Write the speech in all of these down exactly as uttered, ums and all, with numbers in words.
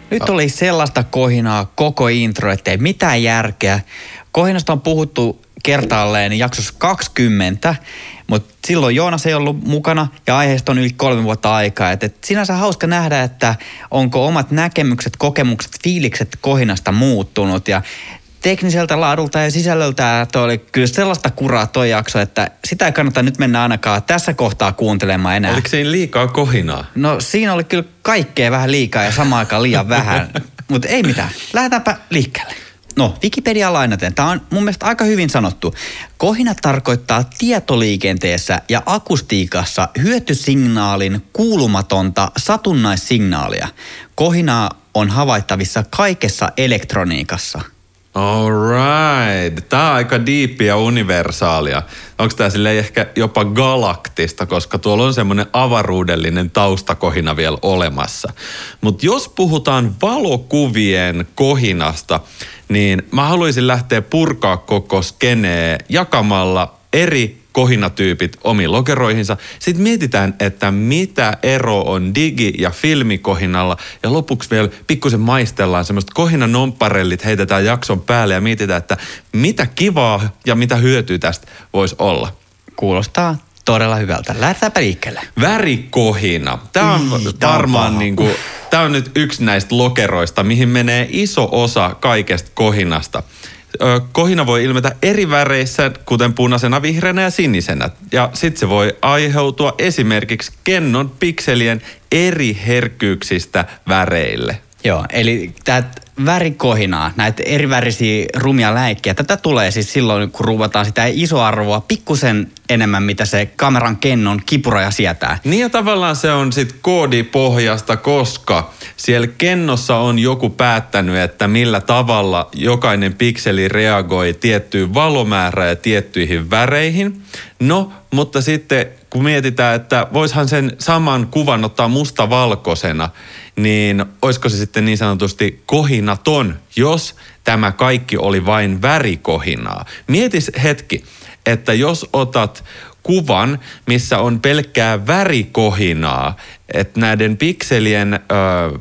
Nyt oli sellaista kohinaa koko intro, ettei mitään järkeä. Kohinasta on puhuttu kertaalleen jaksossa kaksikymmentä, mutta silloin Joonas ei ollut mukana ja aiheesta on yli kolme vuotta aikaa. Et, et sinänsä hauska nähdä, että onko omat näkemykset, kokemukset, fiilikset kohinasta muuttunut ja tekniseltä laadulta ja sisällöltä toi oli kyllä sellaista kuraa toi jakso, että sitä ei kannata nyt mennä ainakaan tässä kohtaa kuuntelemaan enää. Oliko siinä liikaa kohinaa? No siinä oli kyllä kaikkea vähän liikaa ja samaan aikaan liian vähän, mutta ei mitään. Lähdetäänpä liikkeelle. No, Wikipedia lainaten. Tämä on mun mielestä aika hyvin sanottu. Kohina tarkoittaa tietoliikenteessä ja akustiikassa hyötysignaalin kuulumatonta satunnaissingaalia. Kohinaa on havaittavissa kaikessa elektroniikassa. All right. Tämä on aika diippiä ja universaalia. Onko tämä silleen ehkä jopa galaktista, koska tuolla on semmoinen avaruudellinen taustakohina vielä olemassa. Mutta jos puhutaan valokuvien kohinasta, niin mä haluaisin lähteä purkaa koko skenee jakamalla eri kohinatyypit omiin lokeroihinsa. Sitten mietitään, että mitä ero on digi- ja filmikohinalla. Ja lopuksi vielä pikkusen maistellaan semmoista kohinanompparellit, heitetään jakson päälle ja mietitään, että mitä kivaa ja mitä hyötyä tästä voisi olla. Kuulostaa todella hyvältä. Lähdetäänpä liikkeelle. Värikohina. Tämä on Ii, varmaan on niinku, tämä on nyt yksi näistä lokeroista, mihin menee iso osa kaikesta kohinasta. Kohina voi ilmetä eri väreissä, kuten punaisena, vihreänä ja sinisenä. Ja sitten se voi aiheutua esimerkiksi kennon pikselien eri herkkyyksistä väreille. Joo, eli tämä värikohinaa, näitä erivärisiä rumia läikkiä, tätä tulee siis silloin, kun ruuvataan sitä isoarvoa pikkusen enemmän, mitä se kameran kennon kipuraja sietää. Niin ja tavallaan se on sitten koodipohjasta, koska siellä kennossa on joku päättänyt, että millä tavalla jokainen pikseli reagoi tiettyyn valomäärään ja tiettyihin väreihin. No, mutta sitten kun mietitään, että voishan sen saman kuvan ottaa mustavalkoisena, niin olisiko se sitten niin sanotusti kohinaton, jos tämä kaikki oli vain värikohinaa. Mietis hetki, että jos otat kuvan, missä on pelkkää värikohinaa, että näiden pikselien ö,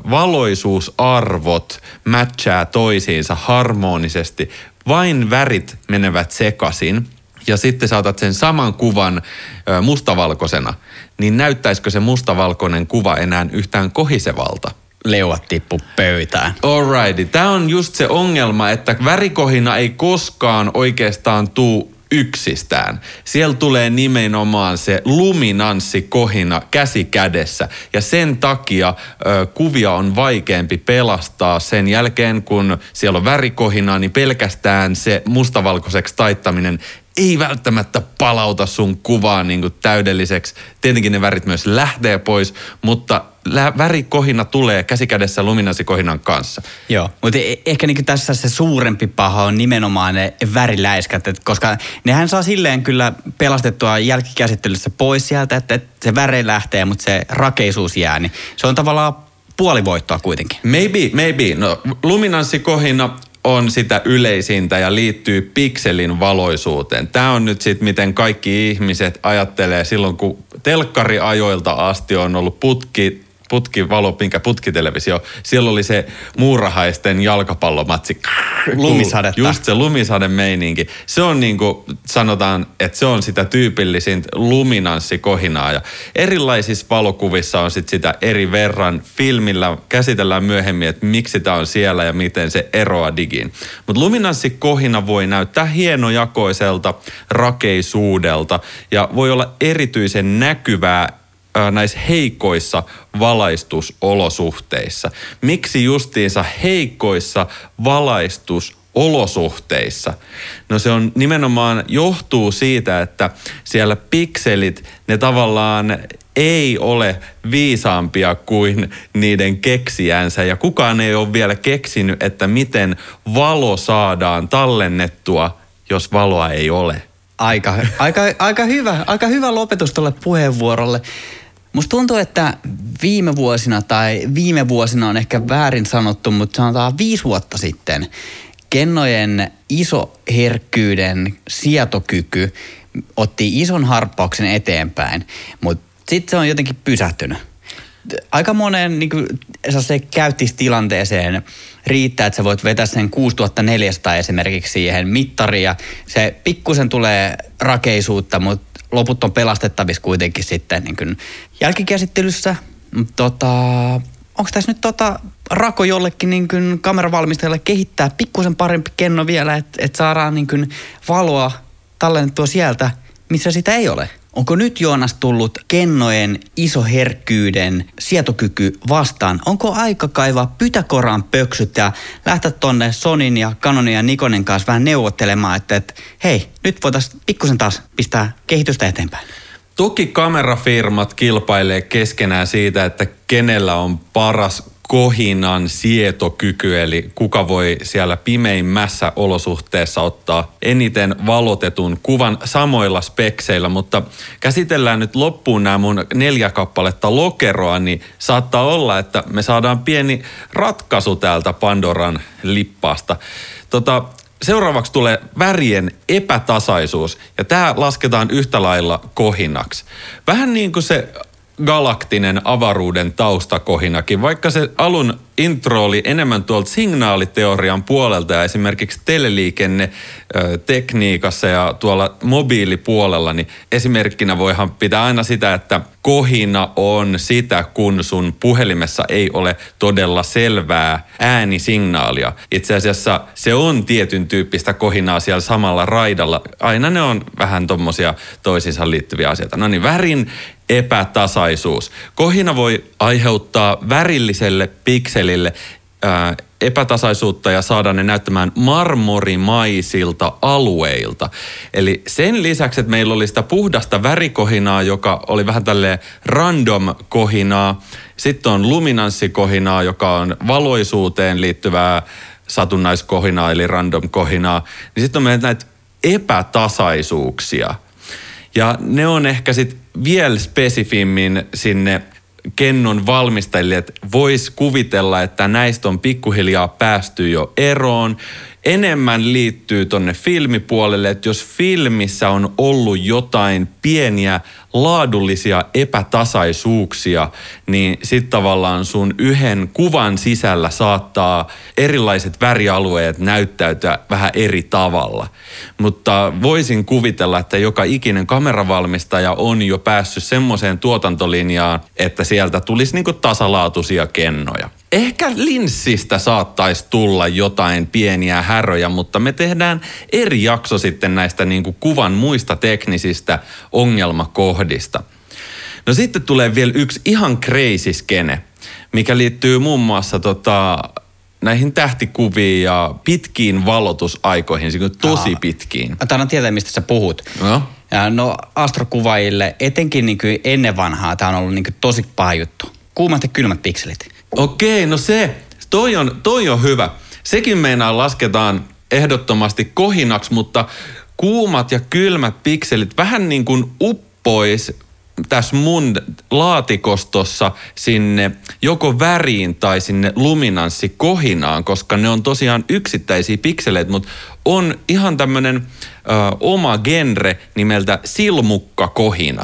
valoisuusarvot matchaa toisiinsa harmonisesti, vain värit menevät sekaisin, ja sitten saatat sen saman kuvan ö, mustavalkoisena, niin näyttäisikö se mustavalkoinen kuva enää yhtään kohisevalta? Leuat tippu pöytään. Alrighty. Tämä on just se ongelma, että värikohina ei koskaan oikeastaan tuu yksistään. Siellä tulee nimenomaan se luminanssikohina käsi kädessä ja sen takia ö, kuvia on vaikeampi pelastaa sen jälkeen, kun siellä on värikohinaa, niin pelkästään se mustavalkoiseksi taittaminen ei välttämättä palauta sun kuvaa niin kuin täydelliseksi. Tietenkin ne värit myös lähtee pois, mutta lä- värikohina tulee käsikädessä luminanssikohinan kanssa. Joo, mutta ehkä niin tässä se suurempi paha on nimenomaan ne väriläiskät, että koska nehän saa silleen kyllä pelastettua jälkikäsittelyssä pois sieltä, että se väri lähtee, mutta se rakeisuus jää, niin se on tavallaan puolivoittoa kuitenkin. Maybe, maybe. No, luminanssikohina on sitä yleisintä ja liittyy pikselin valoisuuteen. Tämä on nyt sitten, miten kaikki ihmiset ajattelee silloin, kun telkkariajoilta asti on ollut putki, putkivalo, minkä putkitelevisio. Siellä oli se muurahaisten jalkapallomatsi. Lumisadetta. Just se lumisade meininki. Se on niin kuin sanotaan, että se on sitä tyypillisintä luminanssikohinaa. Ja erilaisissa valokuvissa on sitten sitä eri verran. Filmillä käsitellään myöhemmin, että miksi tämä on siellä ja miten se eroaa digiin. Mutta luminanssikohina voi näyttää hienojakoiselta rakeisuudelta ja voi olla erityisen näkyvää näissä heikoissa valaistusolosuhteissa. Miksi justiinsa heikoissa valaistusolosuhteissa? No se on nimenomaan johtuu siitä, että siellä pikselit, ne tavallaan ei ole viisaampia kuin niiden keksijänsä ja kukaan ei ole vielä keksinyt, että miten valo saadaan tallennettua, jos valoa ei ole. Aika, aika, aika hyvä, aika hyvä lopetus tuolle puheenvuorolle. Musta tuntuu, että viime vuosina tai viime vuosina on ehkä väärin sanottu, mutta sanotaan viisi vuotta sitten kennojen isoherkkyyden sietokyky otti ison harppauksen eteenpäin, mutta sitten se on jotenkin pysähtynyt. aika monen niin kuin, se käyttistilanteeseen riittää, että sä voit vetää sen kuusituhattaneljäsataa esimerkiksi siihen mittariin ja se pikkusen tulee rakeisuutta, mutta loput on pelastettavissa kuitenkin sitten niin kuin jälkikäsittelyssä. Tota, onko tässä nyt tota rako jollekin niin kuin kameravalmistajalle kehittää pikkusen parempi kenno vielä, että et saadaan niin kuin valoa tallennettua sieltä, missä sitä ei ole? Onko nyt Joonas tullut kennojen isoherkkyyden sietokyky vastaan? Onko aika kaivaa Pythagoran pöksyt ja lähteä tonne Sonin ja Canonin ja Nikonin kanssa vähän neuvottelemaan, että, että hei, nyt voitaisiin pikkusen taas pistää kehitystä eteenpäin? Toki kamerafirmat kilpailee keskenään siitä, että kenellä on paras kohinan sietokyky, eli kuka voi siellä pimeimmässä olosuhteessa ottaa eniten valotetun kuvan samoilla spekseillä, mutta käsitellään nyt loppuun nämä mun neljä kappaletta lokeroa, niin saattaa olla, että me saadaan pieni ratkaisu täältä Pandoran lippaasta. Tota, seuraavaksi tulee värien epätasaisuus, ja tämä lasketaan yhtä lailla kohinaksi. Vähän niin kuin se galaktinen avaruuden taustakohinakin, vaikka se alun intro oli enemmän tuolta signaaliteorian puolelta ja esimerkiksi teleliikennetekniikassa ja tuolla mobiilipuolella, niin esimerkkinä voihan pitää aina sitä, että kohina on sitä, kun sun puhelimessa ei ole todella selvää äänisignaalia. Itse asiassa se on tietyn tyyppistä kohinaa siellä samalla raidalla. Aina ne on vähän tommosia toisiinsa liittyviä asioita. No niin, värin epätasaisuus. Kohina voi aiheuttaa värilliselle pikselille ää, epätasaisuutta ja saada ne näyttämään marmorimaisilta alueilta. Eli sen lisäksi, että meillä oli sitä puhdasta värikohinaa, joka oli vähän tälleen random-kohinaa. Sitten on luminanssikohinaa, joka on valoisuuteen liittyvää satunnaiskohinaa, eli random-kohinaa. Niin sitten on meillä näitä epätasaisuuksia. Ja ne on ehkä sitten vielä spesifimmin sinne kennon valmistajille, että voisi kuvitella, että näistä on pikkuhiljaa päästy jo eroon. Enemmän liittyy tonne filmipuolelle, että jos filmissä on ollut jotain pieniä laadullisia epätasaisuuksia, niin sitten tavallaan sun yhden kuvan sisällä saattaa erilaiset värialueet näyttäytyä vähän eri tavalla. Mutta voisin kuvitella, että joka ikinen kameravalmistaja on jo päässyt semmoiseen tuotantolinjaan, että sieltä tulisi niinku tasalaatuisia kennoja. Ehkä linssistä saattaisi tulla jotain pieniä häröjä, mutta me tehdään eri jakso sitten näistä niin kuin kuvan muista teknisistä ongelmakohdista. No sitten tulee vielä yksi ihan crazy skene, mikä liittyy muun muassa tota, näihin tähtikuviin ja pitkiin valotusaikoihin, tosi pitkiin. Mä taidan tietää, mistä sä puhut. No, ja no astrokuvaajille, etenkin niin kuin ennen vanhaa, tää on ollut niin kuin tosi paha juttu. Kuumat ja kylmät pikselit. Okei, no se, toi on, toi on hyvä. Sekin meinaa lasketaan ehdottomasti kohinaksi, mutta kuumat ja kylmät pikselit vähän niin kuin uppois tässä mun laatikostossa sinne joko väriin tai sinne luminanssikohinaan, koska ne on tosiaan yksittäisiä pikseleitä, mutta on ihan tämmöinen ö, oma genre nimeltä silmukkakohina.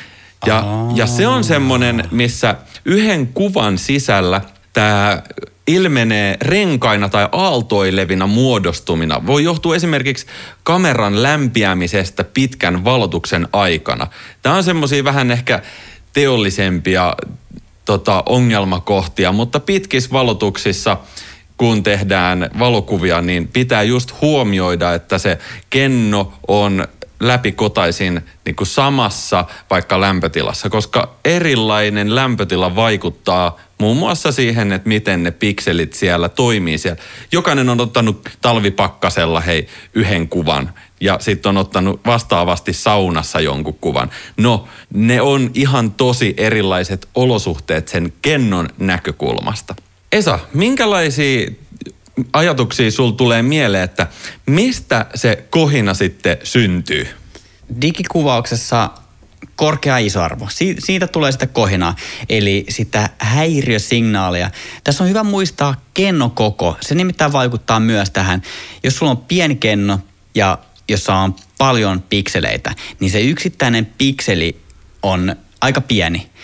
Ja, ja se on semmoinen, missä yhden kuvan sisällä tämä ilmenee renkaina tai aaltoilevina muodostumina. Voi johtua esimerkiksi kameran lämpiämisestä pitkän valotuksen aikana. Tämä on semmoisia vähän ehkä teollisempia tota, ongelmakohtia, mutta pitkissä valotuksissa, kun tehdään valokuvia, niin pitää just huomioida, että se kenno on läpikotaisin niin kuin samassa vaikka lämpötilassa, koska erilainen lämpötila vaikuttaa muun muassa siihen, että miten ne pikselit siellä toimii siellä. Jokainen on ottanut talvipakkasella hei yhden kuvan ja sitten on ottanut vastaavasti saunassa jonkun kuvan. No, ne on ihan tosi erilaiset olosuhteet sen kennon näkökulmasta. Esa, minkälaisia ajatuksia sul tulee mieleen, että mistä se kohina sitten syntyy? Digikuvauksessa korkea isoarvo. Si- siitä tulee sitä kohinaa, eli sitä häiriösignaalia. Tässä on hyvä muistaa kennon koko. Se nimittäin vaikuttaa myös tähän. Jos sulla on pieni kenno ja jossa on paljon pikseleitä, niin se yksittäinen pikseli on aika pieni.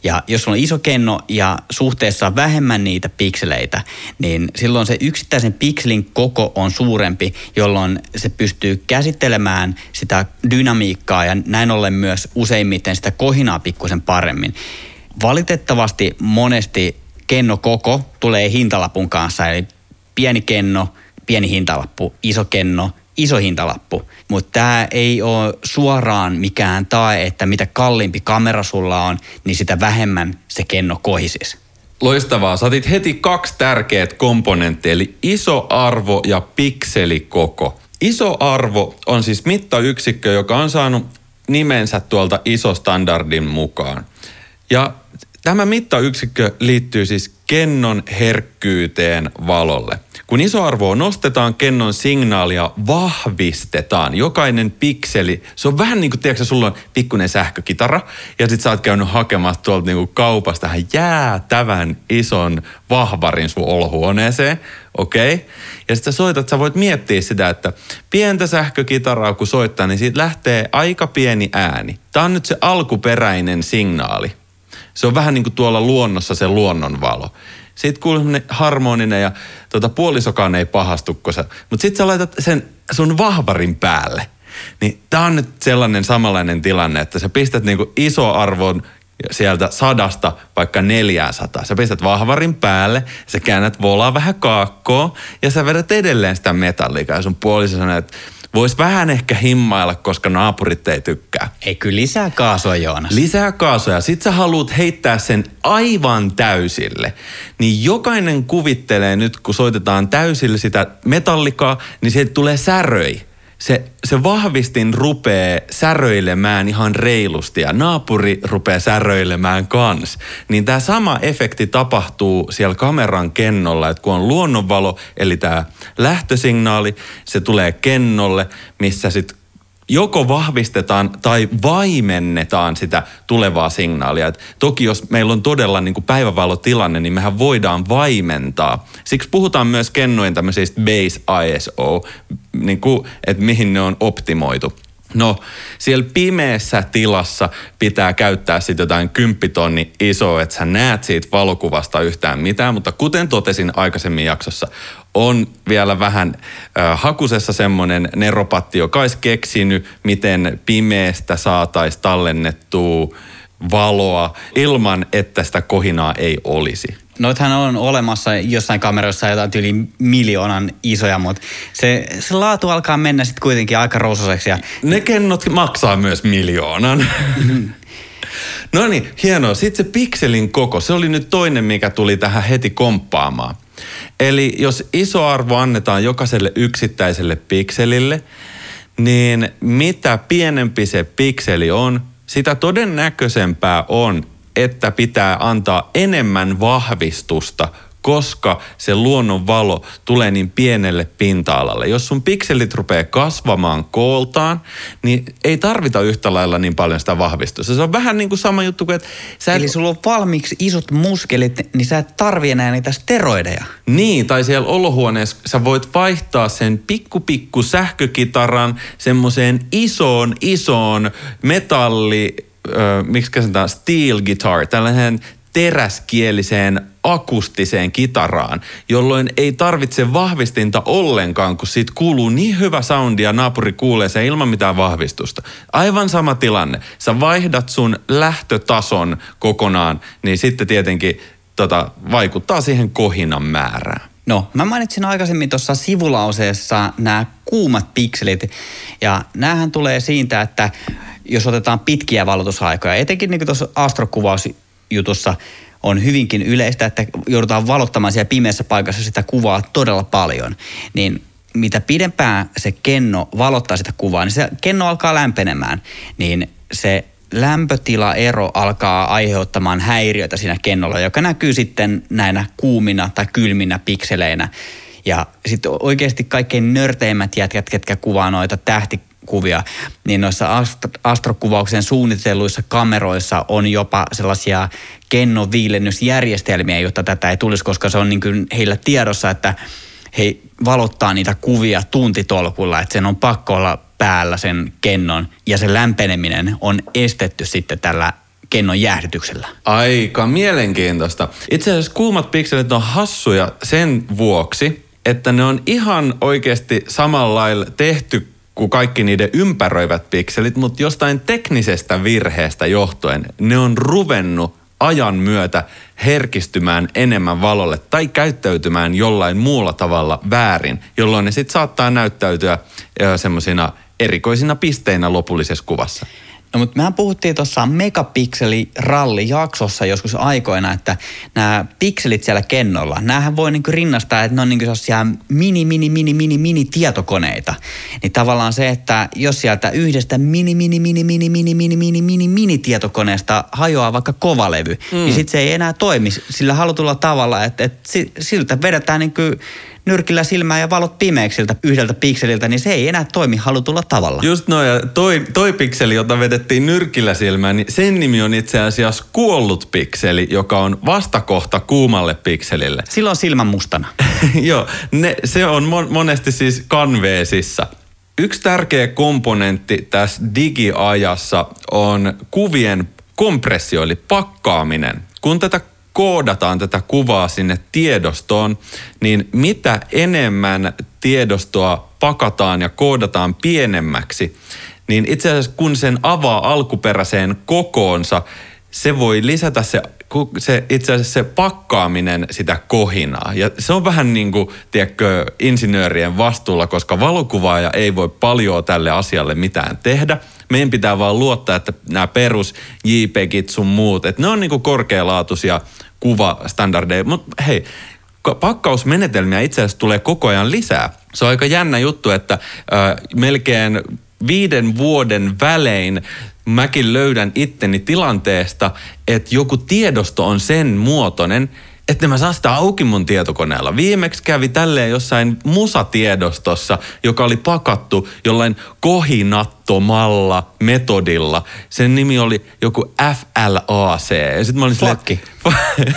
Ja jos sulla on iso kenno ja suhteessa vähemmän niitä pikseleitä, niin silloin se yksittäisen pikselin koko on suurempi, jolloin se pystyy käsittelemään sitä dynamiikkaa ja näin ollen myös useimmiten sitä kohinaa pikkusen paremmin. Valitettavasti monesti kennokoko tulee hintalapun kanssa, eli pieni kenno, pieni hintalappu, iso kenno, iso hintalappu. Mutta tämä ei ole suoraan mikään tae, että mitä kalliimpi kamera sulla on, niin sitä vähemmän se kenno kohisisi. Loistavaa. Sä otit heti kaksi tärkeät komponenttia, eli iso arvo ja pikselikoko. Iso arvo on siis mittayksikkö, joka on saanut nimensä tuolta ISO-standardin mukaan. Ja tämä mittayksikkö liittyy siis kennon herkkyyteen valolle. Kun isoarvoa nostetaan, kennon signaalia vahvistetaan. Jokainen pikseli, se on vähän niin kuin, tiedätkö, sulla on pikkuinen sähkökitara ja sit sä oot käynyt hakemassa tuolta niin kuin kaupasta tähän jäätävän ison vahvarin sun olohuoneeseen. Okei. Okay. Ja sitten sä soitat, sä voit miettiä sitä, että pientä sähkökitaraa kun soittaa, niin siitä lähtee aika pieni ääni. Tää on nyt se alkuperäinen signaali. Se on vähän niin kuin tuolla luonnossa se luonnonvalo. Sitten kuuluu semmoinen harmoninen ja tuota, puolisokaan ei pahastu, kun sä... Mutta sitten sä laitat sen sun vahvarin päälle. Niin tää on nyt sellainen samanlainen tilanne, että sä pistät niinku iso arvon sieltä sadasta vaikka neljäsataa. Sä pistät vahvarin päälle, sä käännät volaa vähän kaakkoon ja sä vedät edelleen sitä metallikaa. Ja sun puoliso sanoo, että vois vähän ehkä himmailla, koska naapurit ei tykkää. Ei, kyllä lisää kaasua, Joonas. Lisää kaasua. Sit sä haluat heittää sen aivan täysille. Niin jokainen kuvittelee nyt, kun soitetaan täysille sitä metallikaa, niin sieltä tulee säröi. Se, se vahvistin rupeaa säröilemään ihan reilusti ja naapuri rupeaa säröilemään kans. Niin tämä sama efekti tapahtuu siellä kameran kennolla, että kun on luonnonvalo, eli tämä lähtösignaali, se tulee kennolle, missä sitten joko vahvistetaan tai vaimennetaan sitä tulevaa signaalia. Et toki jos meillä on todella niin kuin päivävalotilanne, niin mehän voidaan vaimentaa. Siksi puhutaan myös kennojen tämmöisistä base I S O, niin kuin, että mihin ne on optimoitu. No, siellä pimeässä tilassa pitää käyttää sitten jotain kymppitonni isoa, että sä näet siitä valokuvasta yhtään mitään, mutta kuten totesin aikaisemmin jaksossa, on vielä vähän äh, hakusessa semmoinen neropatti, joka olisi keksinyt, miten pimeästä saataisiin tallennettua valoa ilman, että sitä kohinaa ei olisi. Noithan on olemassa jossain kameroissa jotain yli miljoonan isoja, mutta se, se laatu alkaa mennä sitten kuitenkin aika rousoseksi. Ja... Ne kennot maksaa myös miljoonan. No niin, hienoa. Sitten se pikselin koko, se oli nyt toinen, mikä tuli tähän heti komppaamaan. Eli jos iso arvo annetaan jokaiselle yksittäiselle pikselille, niin mitä pienempi se pikseli on, sitä todennäköisempää on, että pitää antaa enemmän vahvistusta, koska se luonnon valo tulee niin pienelle pinta-alalle. Jos sun pikselit rupeaa kasvamaan kooltaan, niin ei tarvita yhtä lailla niin paljon sitä vahvistusta. Se on vähän niin kuin sama juttu kuin, että... Sä Eli et... sulla on valmiiksi isot muskelit, niin sä et tarvi enää niitä steroideja. Niin, tai siellä olohuoneessa sä voit vaihtaa sen pikku pikku sähkökitaran semmoiseen isoon isoon metalli... Öö, miksi sanotaan steel guitar, tällainen teräskieliseen akustiseen kitaraan, jolloin ei tarvitse vahvistinta ollenkaan, kun siitä kuuluu niin hyvä soundi ja naapuri kuulee sen ilman mitään vahvistusta. Aivan sama tilanne. Sä vaihdat sun lähtötason kokonaan, niin sitten tietenkin tota, vaikuttaa siihen kohinan määrään. No, mä mainitsin aikaisemmin tuossa sivulauseessa nämä kuumat pikselit, ja näähän tulee siitä, että jos otetaan pitkiä valotusaikoja, etenkin niin kuin tuossa astrokuvausjutussa on hyvinkin yleistä, että joudutaan valottamaan siellä pimeässä paikassa sitä kuvaa todella paljon, niin mitä pidempään se kenno valottaa sitä kuvaa, niin se kenno alkaa lämpenemään, niin se lämpötilaero alkaa aiheuttamaan häiriöitä siinä kennolla, joka näkyy sitten näinä kuumina tai kylminä pikseleinä. Ja sitten oikeasti kaikkein nörteimmät jätkät, ketkä kuvaa noita tähtikuvia, niin noissa astrokuvauksen suunnitelluissa kameroissa on jopa sellaisia kennoviilennysjärjestelmiä, jotta tätä ei tulisi, koska se on niin kuin heillä tiedossa, että he valottaa niitä kuvia tuntitolkulla, että sen on pakko olla päällä sen kennon ja se lämpeneminen on estetty sitten tällä kennon jäähdytyksellä. Aika mielenkiintoista. Itse asiassa kuumat pikselit on hassuja sen vuoksi, että ne on ihan oikeasti samalla lailla tehty kuin kaikki niiden ympäröivät pikselit, mutta jostain teknisestä virheestä johtuen ne on ruvennut ajan myötä herkistymään enemmän valolle tai käyttäytymään jollain muulla tavalla väärin, jolloin ne sitten saattaa näyttäytyä semmoisina erikoisina pisteinä lopullisessa kuvassa. No, mutta mehän puhuttiin tuossa megapikseliralli-jaksossa joskus aikoina, että nämä pikselit siellä kennolla, näähän voi niinku rinnastaa, että ne on niinku sellaisia mini, mini, mini, mini, mini tietokoneita. Niin tavallaan se, että jos sieltä yhdestä mini, mini, mini, mini, mini, mini, mini, mini, mini tietokoneesta hajoaa vaikka kovalevy, mm. niin sitten se ei enää toimi sillä halutulla tavalla, että, että siltä vedetään niinku nyrkillä silmää ja valot pimeäksi siltä yhdeltä pikseliltä, niin se ei enää toimi halutulla tavalla. Just noin, ja toi, toi pikseli, jota vedettiin nyrkillä silmään, niin sen nimi on itse asiassa kuollut pikseli, joka on vastakohta kuumalle pikselille. Silloin silmän mustana. Joo, ne, se on mon, monesti siis kanveesissa. Yksi tärkeä komponentti tässä digiajassa on kuvien kompressio, eli pakkaaminen. Kun tätä koodataan tätä kuvaa sinne tiedostoon, niin mitä enemmän tiedostoa pakataan ja koodataan pienemmäksi, niin itse asiassa kun sen avaa alkuperäiseen kokoonsa, se voi lisätä se, se itse asiassa se pakkaaminen sitä kohinaa. Ja se on vähän niin kuin, tiedätkö, insinöörien vastuulla, koska valokuvaaja ei voi paljon tälle asialle mitään tehdä. Meidän pitää vaan luottaa, että nämä perus JPEGit sun muut, että ne on niin kuin korkealaatuisia kuvastandardeja. Mutta hei, pakkausmenetelmiä itse asiassa tulee koko ajan lisää. Se on aika jännä juttu, että äh, melkein viiden vuoden välein mäkin löydän itteni tilanteesta, että joku tiedosto on sen muotoinen, että mä saan sitä auki mun tietokoneella. Viimeksi kävi tälleen jossain musatiedostossa, joka oli pakattu jollain kohinattomalla metodilla. Sen nimi oli joku F L A C. Ja sit mä olin Flakki. Silleen,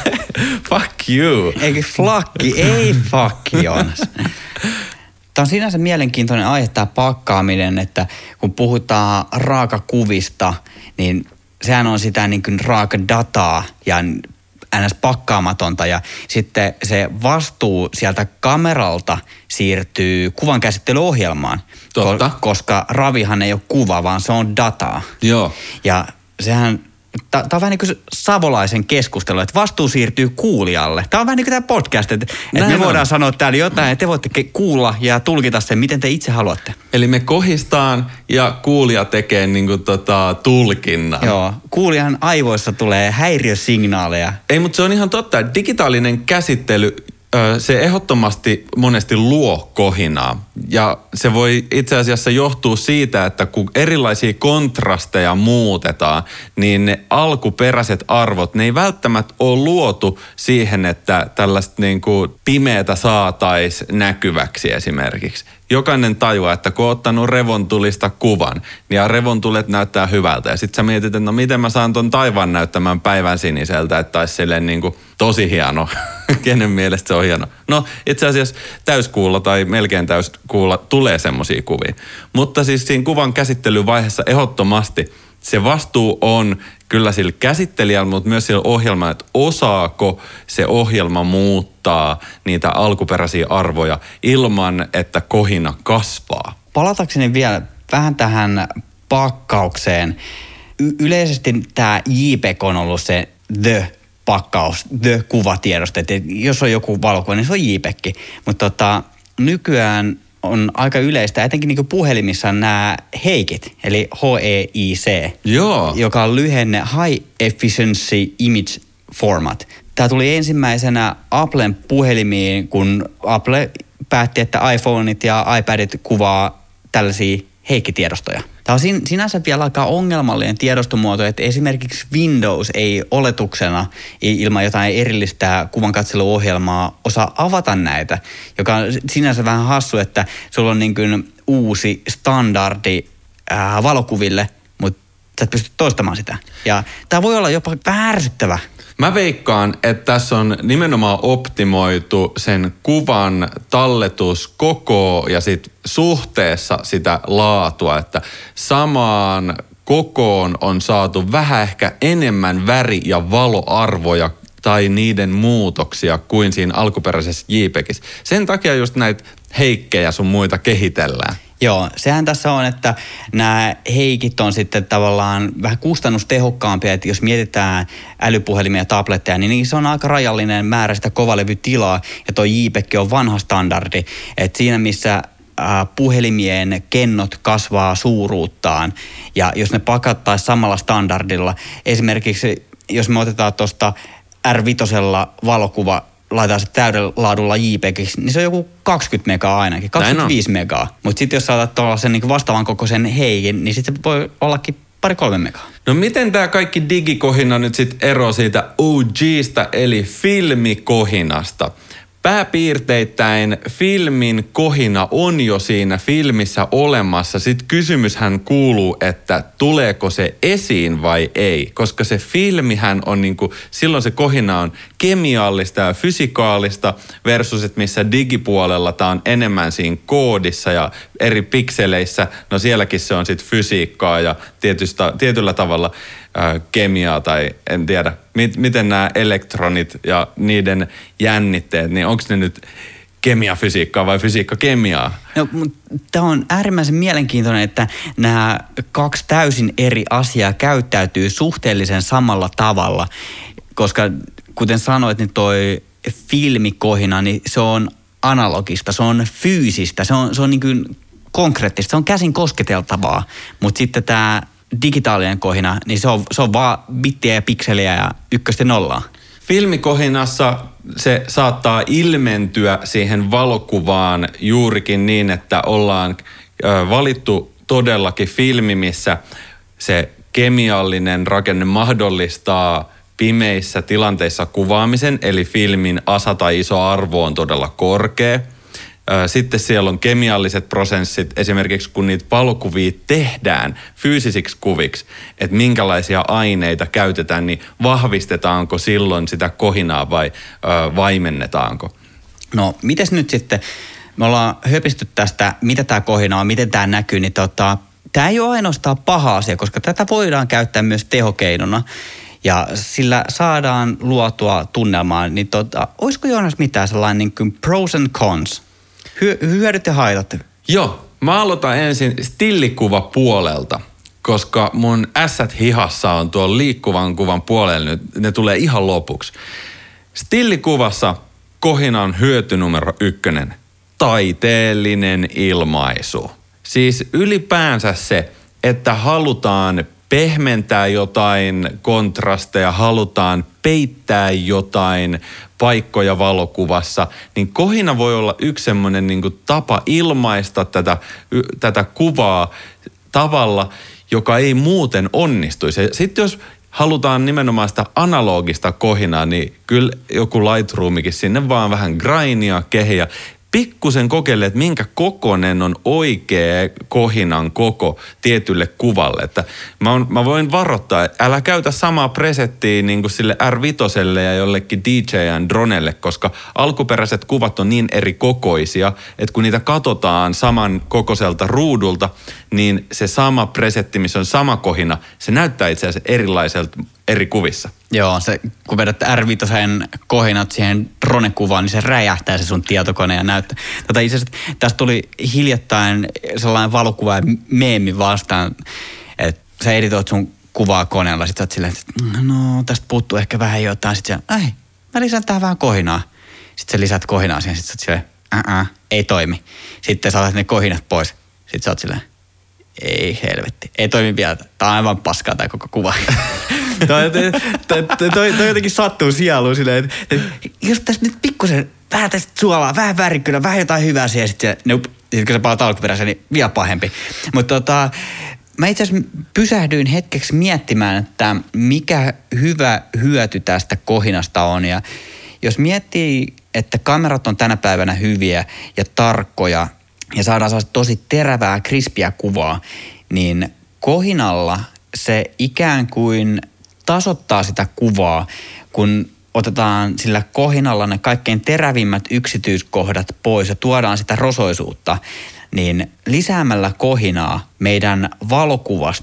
fuck you. Eikö flakki? Ei fuck, Joonas. Tämä on sinänsä mielenkiintoinen aihe, tämä pakkaaminen, että kun puhutaan raakakuvista, niin sehän on sitä niin kuin raakadataa ja ns. Pakkaamatonta ja sitten se vastuu sieltä kameralta siirtyy kuvan käsittelyohjelmaan. Totta. Ko- koska ravihan ei ole kuva, vaan se on dataa. Joo. Ja sehän, tämä on vähän niin kuin savolaisen keskustelu, että vastuu siirtyy kuulijalle. Tämä on vähän niin kuin tämä podcast, että, että me voidaan on. sanoa täällä jotain, että te voitte kuulla ja tulkita sen, miten te itse haluatte. Eli me kohistaan ja kuulija tekee niin kuin tota tulkinnan. Joo, kuulijan aivoissa tulee häiriösignaaleja. Ei, mutta se on ihan totta, että digitaalinen käsittely, se ehdottomasti monesti luo kohinaa. Ja se voi itse asiassa johtua siitä, että kun erilaisia kontrasteja muutetaan, niin ne alkuperäiset arvot, ne ei välttämättä ole luotu siihen, että tällaista niin kuin pimeätä saataisiin näkyväksi esimerkiksi. Jokainen tajuaa, että kun on ottanut revontulista kuvan, ja revontulet näyttää hyvältä. Ja sit sä mietit, että no miten mä saan ton taivaan näyttämään päivän siniseltä, että taisi silleen niin kuin tosi hieno. Kenen mielestä se on hieno? No itse asiassa täyskuulla tai melkein täyskuulla tulee semmosia kuvia. Mutta siis siinä kuvan käsittelyvaiheessa ehdottomasti se vastuu on kyllä sillä käsittelijällä, mutta myös sillä ohjelmalla, että osaako se ohjelma muuttaa niitä alkuperäisiä arvoja ilman, että kohina kasvaa. Palatakseni vielä vähän tähän pakkaukseen. Y- yleisesti tämä JPEG on ollut se the pakkaus, the kuvatiedosto. Että jos on joku valokuva, niin se on JPEG. Mutta tota, nykyään on aika yleistä, etenkin niin kuin puhelimissa nämä heikit, eli H E I C, Joo. joka on lyhenne High Efficiency Image Format. Tämä tuli ensimmäisenä Applen puhelimiin, kun Apple päätti, että iPhoneit ja iPadit kuvaa tällaisia heikkitiedostoja. Tämä on sinänsä vielä aika ongelmallinen tiedostomuoto, että esimerkiksi Windows ei oletuksena ilman jotain erillistä kuvankatseluohjelmaa osaa avata näitä, joka on sinänsä vähän hassu, että sulla on niin kuin uusi standardi ää, valokuville, mutta sä et pysty toistamaan sitä. Ja tämä voi olla jopa vähän ärsyttävä. Mä veikkaan, että tässä on nimenomaan optimoitu sen kuvan talletus koko ja sit suhteessa sitä laatua, että samaan kokoon on saatu vähän ehkä enemmän väri- ja valoarvoja tai niiden muutoksia kuin siinä alkuperäisessä JPEGissä. Sen takia just näitä heikkejä sun muita kehitellään. Joo, sehän tässä on, että nämä heikit on sitten tavallaan vähän kustannustehokkaampia, että jos mietitään älypuhelimia ja tabletteja, niin niissä on aika rajallinen määrä sitä kovalevytilaa, ja tuo JPEG on vanha standardi, että siinä missä äh, puhelimien kennot kasvaa suuruuttaan, ja jos ne pakattaisiin samalla standardilla, esimerkiksi jos me otetaan tuosta R viisi valokuva, laitetaan se täydellä laadulla JPEGiksi, niin se on joku kaksikymmentä megaa ainakin, kaksikymmentäviisi megaa. Mutta sitten jos saatat tuollaisen niin vastaavan kokoisen heikin, niin sitten se voi ollakin pari-kolme megaa. No miten tämä kaikki digikohina nyt sitten eroaa siitä O G:stä eli filmikohinasta? Pääpiirteittäin filmin kohina on jo siinä filmissä olemassa. Sitten kysymyshän kuuluu, että tuleeko se esiin vai ei. Koska se filmihän on niinku, silloin se kohina on kemiallista ja fysikaalista versus, että missä digipuolella tämä on enemmän siinä koodissa ja eri pikseleissä. No sielläkin se on sitten fysiikkaa ja tietystä, tietyllä tavalla ää, kemiaa tai en tiedä. Mit, miten nämä elektronit ja niiden jännitteet, niin onko ne nyt kemiafysiikkaa vai fysiikka-kemiaa? No, tämä on äärimmäisen mielenkiintoinen, että nämä kaksi täysin eri asiaa käyttäytyy suhteellisen samalla tavalla, koska kuten sanoit, niin toi filmikohina, niin se on analogista, se on fyysistä, se on, se on niin kuin konkreettista, se on käsin kosketeltavaa, mutta sitten tämä digitaalinen kohina, niin se on, se on vaan bittiä ja pikseliä ja ykköstä nollaa. Filmikohinassa se saattaa ilmentyä siihen valokuvaan juurikin niin, että ollaan ö, valittu todellakin filmi, missä se kemiallinen rakenne mahdollistaa pimeissä tilanteissa kuvaamisen, eli filmin asa tai iso arvo on todella korkea. Sitten siellä on kemialliset prosessit, esimerkiksi kun niitä valokuvia tehdään fyysisiksi kuviksi, että minkälaisia aineita käytetään, niin vahvistetaanko silloin sitä kohinaa vai ö, vaimennetaanko? No, mites nyt sitten, me ollaan höpisty tästä, mitä tämä kohina on, miten tämä näkyy, niin tota, tämä ei ole ainoastaan paha asia, koska tätä voidaan käyttää myös tehokeinona. Ja sillä saadaan luotua tunnelmaa, niin tota, olisiko Joonas mitään sellainen niin kuin pros and cons? Hyödyt ja haitat. Joo, mä aloitan ensin stillikuva puolelta, koska mun ässät hihassa on tuolla liikkuvan kuvan puolella nyt, ne tulee ihan lopuksi. Stillikuvassa kohina on hyöty numero ykkönen, taiteellinen ilmaisu. Siis ylipäänsä se, että halutaan pehmentää jotain kontrasteja, halutaan peittää jotain paikkoja valokuvassa, niin kohina voi olla yksi semmoinen niin kuin tapa ilmaista tätä, y, tätä kuvaa tavalla, joka ei muuten onnistuisi. Sitten jos halutaan nimenomaan sitä analogista kohinaa, niin kyllä joku Lightroomikin sinne vaan vähän grainia, kehiä, pikkusen kokeile, että minkä kokoinen on oikea kohinan koko tietylle kuvalle. Että mä, on, mä voin varoittaa, että älä käytä samaa presettiä niin kuin sille R viisi ja jollekin D J N dronelle, koska alkuperäiset kuvat on niin eri kokoisia, että kun niitä katsotaan saman kokoiselta ruudulta, niin se sama presetti, missä on sama kohina, se näyttää itse asiassa erilaiselta eri kuvissa. Joo, se, kun vedät R viisi kohinat siihen drone-kuvaan, niin se räjähtää se sun tietokone ja näyttää. Tätä itse asiassa, tästä tuli hiljattain sellainen valokuva ja meemi vastaan, että sä editoit sun kuvaa koneella, sit sä oot silleen, että no tästä puuttuu ehkä vähän jotain, sit sä, ai, mä lisään tähän vähän kohinaa. Sitten sä lisät kohinaa siihen, sit sä oot silleen, ää, ei toimi. Sitten sä otat ne kohinat pois, sit sä oot silleen, ei helvetti, ei toimi vielä, tää on aivan paskaa tää koko kuva. Toi, toi, toi, toi, toi jotenkin sattuu sieluun silleen, että et, jos tässä nyt pikkusen, vähän tästä suolaa, vähän värikkynä, vähän jotain hyvää siihen, sitten nope, sit kun sä palaat alkuperäisen, niin vielä pahempi. Mutta tota, mä itse asiassa pysähdyin hetkeksi miettimään, että mikä hyvä hyöty tästä kohinasta on. Ja jos miettii, että kamerat on tänä päivänä hyviä ja tarkkoja ja saadaan sellaista tosi terävää, krispiä kuvaa, niin kohinalla se ikään kuin tasoittaa sitä kuvaa, kun otetaan sillä kohinalla ne kaikkein terävimmät yksityiskohdat pois ja tuodaan sitä rosoisuutta, niin lisäämällä kohinaa meidän valokuvasta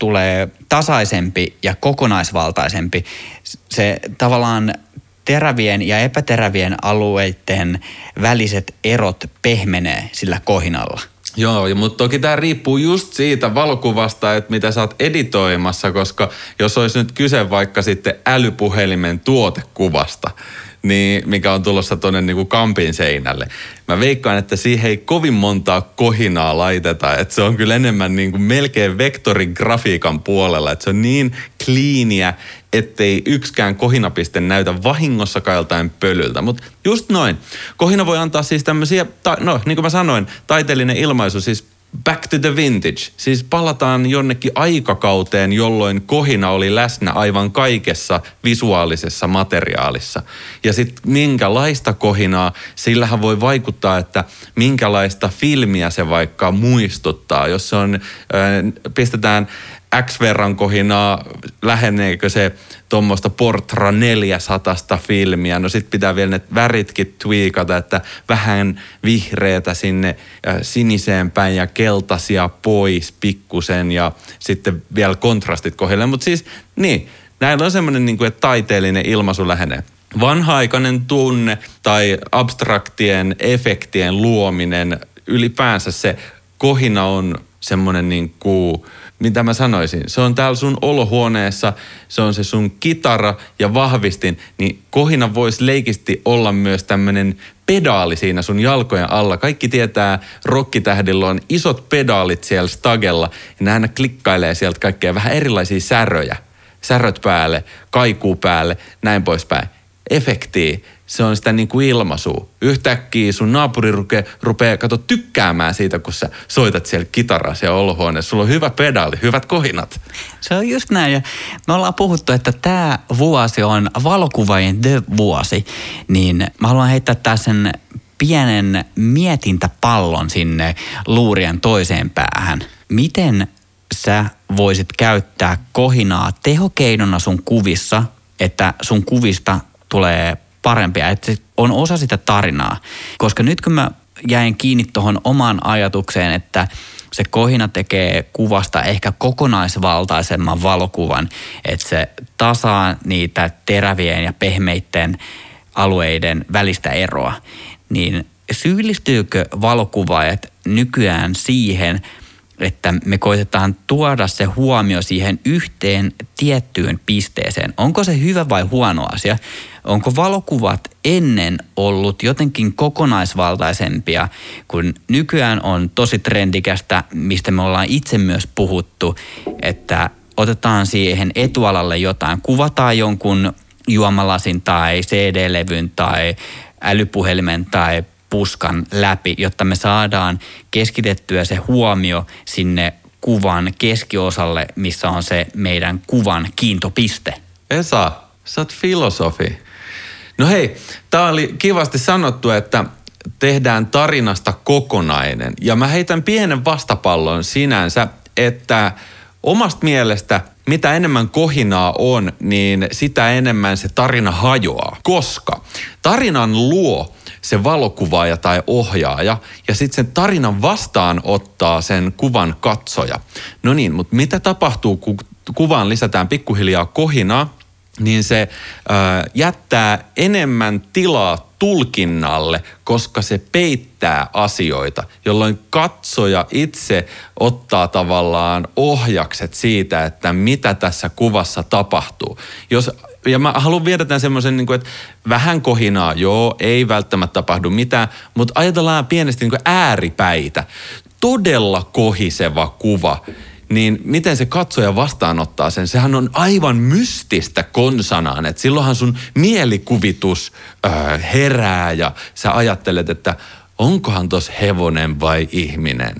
tulee tasaisempi ja kokonaisvaltaisempi. Se tavallaan terävien ja epäterävien alueiden väliset erot pehmenee sillä kohinalla. Joo, mutta toki tämä riippuu just siitä valokuvasta, että mitä sä oot editoimassa, koska jos olisi nyt kyse vaikka sitten älypuhelimen tuotekuvasta, niin mikä on tulossa tuonne niinku kampin seinälle. Mä veikkaan, että siihen ei kovin montaa kohinaa laiteta, että se on kyllä enemmän niinku melkein vektorigrafiikan puolella, että se on niin kliiniä, ettei yksikään kohinapiste näytä vahingossakaan joltain pölyltä. Mutta just noin. Kohina voi antaa siis tämmöisiä, ta- no niin kuin mä sanoin, taiteellinen ilmaisu, siis back to the vintage. Siis palataan jonnekin aikakauteen, jolloin kohina oli läsnä aivan kaikessa visuaalisessa materiaalissa. Ja sitten minkälaista kohinaa, sillähän voi vaikuttaa, että minkälaista filmiä se vaikka muistuttaa. Jos se on, äh, pistetään X verran kohinaa, läheneekö se tuommoista Portra neljäsataa filmiä. No sit pitää vielä ne väritkin tweakata, että vähän vihreätä sinne äh, siniseen päin ja keltaisia pois pikkusen ja sitten vielä kontrastit kohdilleen. Mutta siis niin, näillä on semmoinen niin kuin, että taiteellinen ilmaisu lähenee. Vanha-aikainen tunne tai abstraktien efektien luominen, ylipäänsä se kohina on semmoinen niin kuin, mitä mä sanoisin, se on täällä sun olohuoneessa, se on se sun kitara ja vahvistin, niin kohina voisi leikisti olla myös tämmöinen pedaali siinä sun jalkojen alla. Kaikki tietää, rokkitähdillä on isot pedaalit siellä stagella ja ne aina klikkailee sieltä kaikkea vähän erilaisia säröjä. Säröt päälle, kaikuu päälle, näin poispäin. Efektiä, se on sitä niin kuin ilmaisua. Yhtäkkiä sun naapuri rupeaa, rupeaa kato tykkäämään siitä, kun sä soitat siellä kitaraa siellä olohuoneessa. Sulla on hyvä pedaali, hyvät kohinat. Se on just näin. Ja me ollaan puhuttu, että tämä vuosi on valokuvaajien the-vuosi. Niin mä haluan heittää tässä sen pienen mietintäpallon sinne luurien toiseen päähän. Miten sä voisit käyttää kohinaa tehokeinona sun kuvissa, että sun kuvista tulee parempia, että se on osa sitä tarinaa. Koska nyt kun mä jäin kiinni tuohon omaan ajatukseen, että se kohina tekee kuvasta ehkä kokonaisvaltaisemman valokuvan, että se tasaa niitä terävien ja pehmeitten alueiden välistä eroa, niin syyllistyykö valokuvaajat nykyään siihen, että me koitetaan tuoda se huomio siihen yhteen tiettyyn pisteeseen. Onko se hyvä vai huono asia? Onko valokuvat ennen ollut jotenkin kokonaisvaltaisempia, kun nykyään on tosi trendikästä, mistä me ollaan itse myös puhuttu, että otetaan siihen etualalle jotain, kuvataan jonkun juomalasin tai C D-levyn tai älypuhelimen tai puskan läpi, jotta me saadaan keskitettyä se huomio sinne kuvan keskiosalle, missä on se meidän kuvan kiintopiste. Esa, sä oot filosofi. No hei, tää oli kivasti sanottu, että tehdään tarinasta kokonainen. Ja mä heitän pienen vastapallon sinänsä, että omasta mielestä mitä enemmän kohinaa on, niin sitä enemmän se tarina hajoaa. Koska tarinan luo se valokuvaaja tai ohjaaja ja sitten sen tarinan vastaan ottaa sen kuvan katsoja. No niin, mutta mitä tapahtuu, kun kuvaan lisätään pikkuhiljaa kohinaa, niin se äh, jättää enemmän tilaa tulkinnalle, koska se peittää asioita, jolloin katsoja itse ottaa tavallaan ohjakset siitä, että mitä tässä kuvassa tapahtuu. Jos, ja mä haluan viedä tämän semmoisen, niin kuin, että vähän kohinaa, joo, ei välttämättä tapahdu mitään, mutta ajatellaan pienesti niin kuin ääripäitä. Todella kohiseva kuva. Niin miten se katsoja vastaanottaa sen? Sehän on aivan mystistä konsanaan, että silloinhan sun mielikuvitus äh, herää ja sä ajattelet, että onkohan tos hevonen vai ihminen?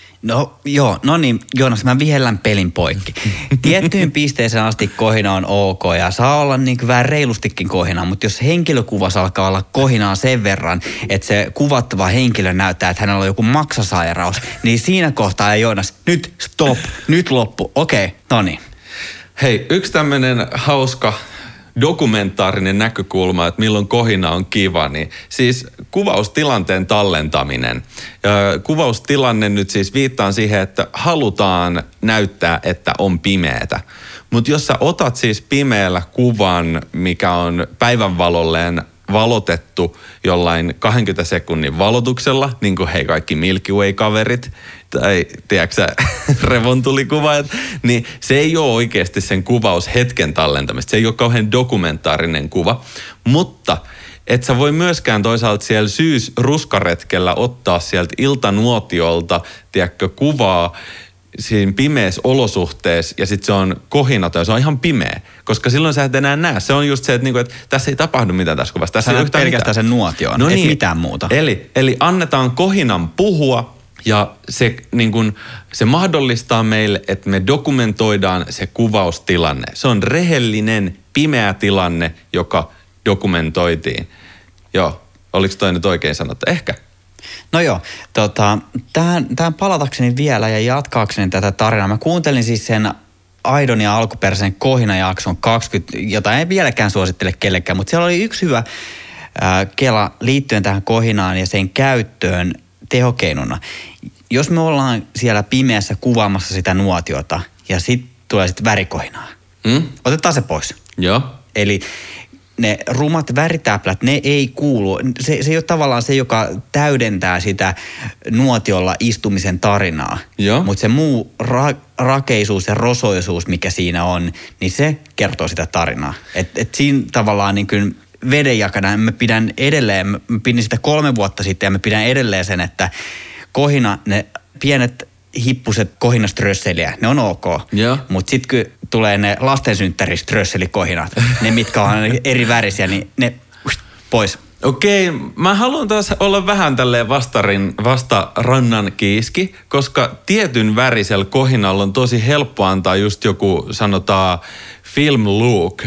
No joo, no niin Joonas, mä vihellän pelin poikki. Tiettyyn pisteeseen asti kohina on ok ja saa olla niin kuin vähän reilustikin kohina, mutta jos henkilökuvassa alkaa olla kohinaa sen verran, että se kuvattava henkilö näyttää, että hänellä on joku maksasairaus, niin siinä kohtaa Joonas, nyt stop, nyt loppu, okei, okay, no niin. Hei, yksi tämmöinen hauska dokumentaarinen näkökulma, että milloin kohina on kiva, niin siis kuvaustilanteen tallentaminen. Kuvaustilanne nyt siis viittaan siihen, että halutaan näyttää, että on pimeätä. Mutta jos sä otat siis pimeällä kuvan, mikä on päivänvalolleen valotettu jollain kaksikymmentä sekunnin valotuksella, niin kuin hei kaikki Milky Way-kaverit, tai tiedätkö sä, revontulikuvaajat, niin se ei ole oikeasti sen kuvaushetken tallentamista. Se ei ole kauhean dokumentaarinen kuva, mutta et sä voi myöskään toisaalta siellä syysruskaretkellä ottaa sieltä iltanuotiolta, tiedätkö, kuvaa siinä pimeässä olosuhteessa ja sitten se on kohinata ja se on ihan pimeä, koska silloin sä et enää näe. Se on just se, että, niinku, että tässä ei tapahdu mitään tässä kuvassa. Tässä sä ei yhtään pelkästään mitään. sen nuotion, no et niin. mitään muuta. Eli, eli annetaan kohinan puhua ja se, niin kun, se mahdollistaa meille, että me dokumentoidaan se kuvaustilanne. Se on rehellinen, pimeä tilanne, joka dokumentoitiin. Joo, oliko toi nyt oikein sanottu? Ehkä. No joo, tota, tähän, tähän palatakseni vielä ja jatkaakseni tätä tarinaa. Mä kuuntelin siis sen aidon ja alkuperäisen kohinajakson kaksikymmentä, jota en vieläkään suosittele kellekään, mutta siellä oli yksi hyvä ää, kela liittyen tähän kohinaan ja sen käyttöön tehokeinona. Jos me ollaan siellä pimeässä kuvaamassa sitä nuotiota ja sitten tulee sitten värikohinaa, mm? otetaan se pois. Joo. Eli ne rumat väritäplät, ne ei kuulu. Se, se ei ole tavallaan se, joka täydentää sitä nuotiolla istumisen tarinaa. Mutta se muu ra- rakeisuus ja rosoisuus, mikä siinä on, niin se kertoo sitä tarinaa. Et, et siinä tavallaan niin kuin vedenjakana mä pidän edelleen, mä pidin sitä kolme vuotta sitten ja mä pidän edelleen sen, että kohina, ne pienet hippuset kohinaströsseliä, ne on ok. Mutta sitten kun tulee ne lastensynttäriströsselikohinat, ne mitkä on eri värisiä, niin ne pois. Okei, mä haluan taas olla vähän tälleen vastarin, vastarannan kiiski, koska tietyn värisellä kohinalla on tosi helppo antaa just joku, sanotaan, film look.